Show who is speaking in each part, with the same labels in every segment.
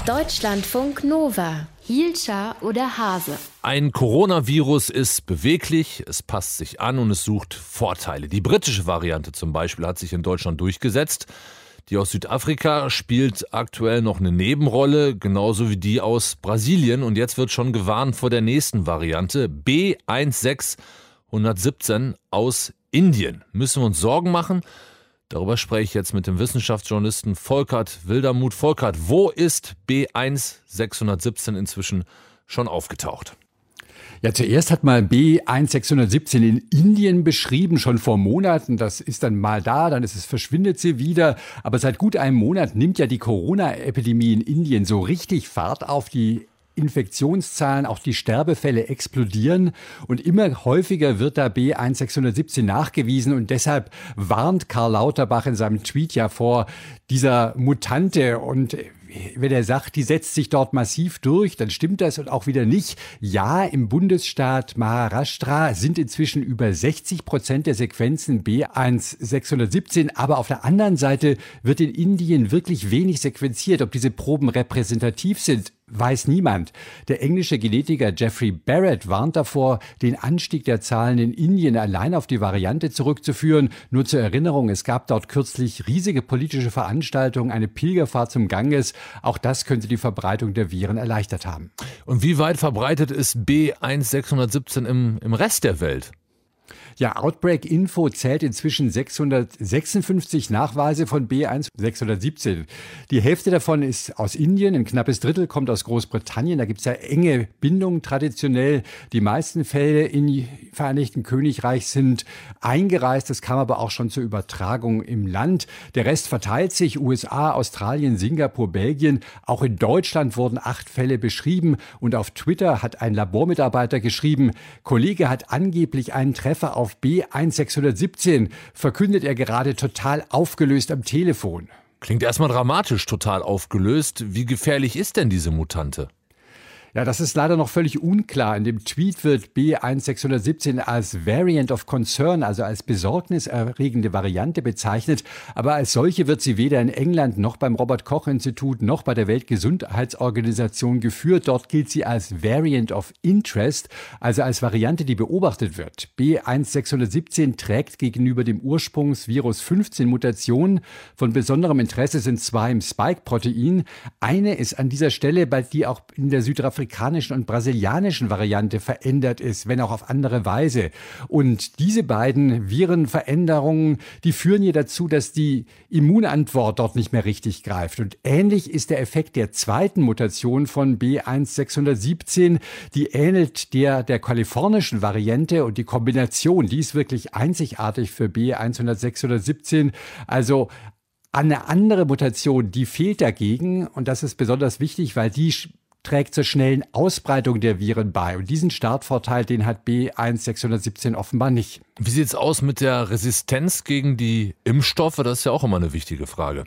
Speaker 1: Deutschlandfunk Nova. Hielscher oder Hase?
Speaker 2: Ein Coronavirus ist beweglich, es passt sich an und es sucht Vorteile. Die britische Variante zum Beispiel hat sich in Deutschland durchgesetzt. Die aus Südafrika spielt aktuell noch eine Nebenrolle, genauso wie die aus Brasilien. Und jetzt wird schon gewarnt vor der nächsten Variante, B1617 aus Indien. Müssen wir uns Sorgen machen? Darüber spreche ich jetzt mit dem Wissenschaftsjournalisten Volkert Wildermuth. Volkert, wo ist B1617 inzwischen schon aufgetaucht?
Speaker 3: Ja, zuerst hat mal B1617 in Indien beschrieben, schon vor Monaten. Das ist dann mal da, dann verschwindet sie wieder. Aber seit gut einem Monat nimmt ja die Corona-Epidemie in Indien so richtig Fahrt auf. Die Infektionszahlen, auch die Sterbefälle explodieren und immer häufiger wird da B1617 nachgewiesen und deshalb warnt Karl Lauterbach in seinem Tweet ja vor dieser Mutante und wenn er sagt, die setzt sich dort massiv durch, dann stimmt das und auch wieder nicht. Ja, im Bundesstaat Maharashtra sind inzwischen über 60% der Sequenzen B1617, aber auf der anderen Seite wird in Indien wirklich wenig sequenziert. Ob diese Proben repräsentativ sind, weiß niemand. Der englische Genetiker Jeffrey Barrett warnt davor, den Anstieg der Zahlen in Indien allein auf die Variante zurückzuführen. Nur zur Erinnerung, es gab dort kürzlich riesige politische Veranstaltungen, eine Pilgerfahrt zum Ganges. Auch das könnte die Verbreitung der Viren erleichtert haben.
Speaker 2: Und wie weit verbreitet ist B1617 im Rest der Welt?
Speaker 3: Ja, Outbreak Info zählt inzwischen 656 Nachweise von B1617. Die Hälfte davon ist aus Indien, ein knappes Drittel kommt aus Großbritannien. Da gibt es ja enge Bindungen traditionell. Die meisten Fälle im Vereinigten Königreich sind eingereist. Das kam aber auch schon zur Übertragung im Land. Der Rest verteilt sich. USA, Australien, Singapur, Belgien. Auch in Deutschland wurden 8 Fälle beschrieben. Und auf Twitter hat ein Labormitarbeiter geschrieben, Kollege hat angeblich einen Treffer auf B1617, verkündet er gerade total aufgelöst am Telefon.
Speaker 2: Klingt erstmal dramatisch, total aufgelöst. Wie gefährlich ist denn diese Mutante?
Speaker 3: Ja, das ist leider noch völlig unklar. In dem Tweet wird B1617 als Variant of Concern, also als besorgniserregende Variante bezeichnet. Aber als solche wird sie weder in England noch beim Robert-Koch-Institut noch bei der Weltgesundheitsorganisation geführt. Dort gilt sie als Variant of Interest, also als Variante, die beobachtet wird. B1617 trägt gegenüber dem Ursprungsvirus 15 Mutationen. Von besonderem Interesse sind 2 im Spike-Protein. Eine ist an dieser Stelle, die auch in der südafrikanischen und brasilianischen Variante verändert ist, wenn auch auf andere Weise. Und diese beiden Virenveränderungen, die führen hier dazu, dass die Immunantwort dort nicht mehr richtig greift. Und ähnlich ist der Effekt der zweiten Mutation von B1617. Die ähnelt der kalifornischen Variante und die Kombination, die ist wirklich einzigartig für B1617. Also eine andere Mutation, die fehlt dagegen. Und das ist besonders wichtig, weil die trägt zur schnellen Ausbreitung der Viren bei. Und diesen Startvorteil, den hat B1617 offenbar nicht.
Speaker 2: Wie sieht's aus mit der Resistenz gegen die Impfstoffe? Das ist ja auch immer eine wichtige Frage.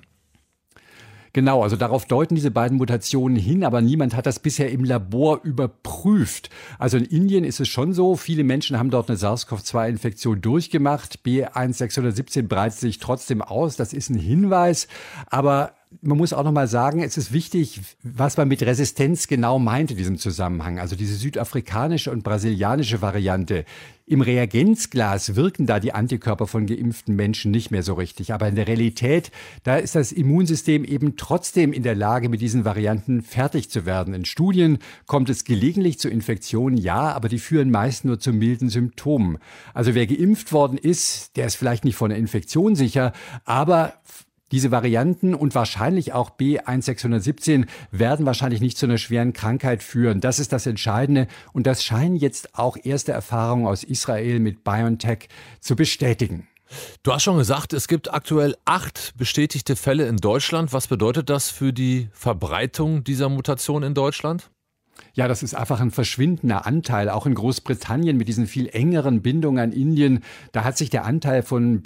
Speaker 3: Genau, also darauf deuten diese beiden Mutationen hin, aber niemand hat das bisher im Labor überprüft. Also in Indien ist es schon so, viele Menschen haben dort eine SARS-CoV-2-Infektion durchgemacht. B1617 breitet sich trotzdem aus, das ist ein Hinweis, aber man muss auch noch mal sagen, es ist wichtig, was man mit Resistenz genau meint in diesem Zusammenhang. Also diese südafrikanische und brasilianische Variante. Im Reagenzglas wirken da die Antikörper von geimpften Menschen nicht mehr so richtig. Aber in der Realität, da ist das Immunsystem eben trotzdem in der Lage, mit diesen Varianten fertig zu werden. In Studien kommt es gelegentlich zu Infektionen, ja, aber die führen meist nur zu milden Symptomen. Also wer geimpft worden ist, der ist vielleicht nicht vor einer Infektion sicher, aber diese Varianten und wahrscheinlich auch B1617 werden wahrscheinlich nicht zu einer schweren Krankheit führen. Das ist das Entscheidende. Und das scheinen jetzt auch erste Erfahrungen aus Israel mit BioNTech zu bestätigen.
Speaker 2: Du hast schon gesagt, es gibt aktuell 8 bestätigte Fälle in Deutschland. Was bedeutet das für die Verbreitung dieser Mutation in Deutschland?
Speaker 3: Ja, das ist einfach ein verschwindender Anteil. Auch in Großbritannien mit diesen viel engeren Bindungen an Indien, da hat sich der Anteil von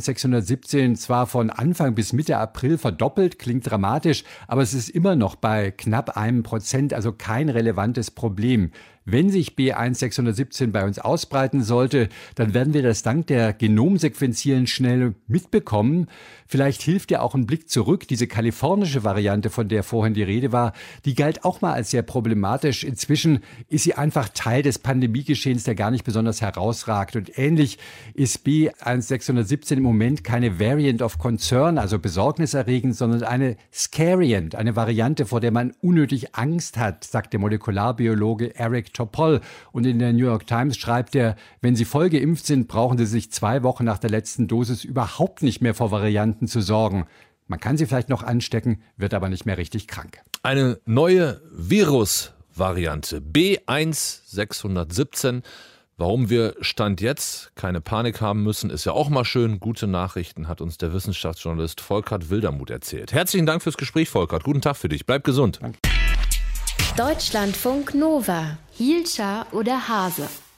Speaker 3: B1617 zwar von Anfang bis Mitte April verdoppelt, klingt dramatisch, aber es ist immer noch bei knapp 1%, also kein relevantes Problem. Wenn sich B1617 bei uns ausbreiten sollte, dann werden wir das dank der Genomsequenzieren schnell mitbekommen. Vielleicht hilft ja auch ein Blick zurück. Diese kalifornische Variante, von der vorhin die Rede war, die galt auch mal als sehr problematisch. Inzwischen ist sie einfach Teil des Pandemiegeschehens, der gar nicht besonders herausragt. Und ähnlich ist B1617 im Moment keine Variant of Concern, also besorgniserregend, sondern eine Scariant, eine Variante, vor der man unnötig Angst hat, sagt der Molekularbiologe Eric Topol. Und in der New York Times schreibt er, wenn Sie voll geimpft sind, brauchen Sie sich 2 Wochen nach der letzten Dosis überhaupt nicht mehr vor Varianten zu sorgen. Man kann sie vielleicht noch anstecken, wird aber nicht mehr richtig krank.
Speaker 2: Eine neue Virusvariante, B1617. Warum wir Stand jetzt keine Panik haben müssen, ist ja auch mal schön. Gute Nachrichten hat uns der Wissenschaftsjournalist Volkert Wildermuth erzählt. Herzlichen Dank fürs Gespräch, Volkert. Guten Tag für dich. Bleib gesund.
Speaker 3: Danke.
Speaker 1: Deutschlandfunk Nova. Hielscher oder Hase?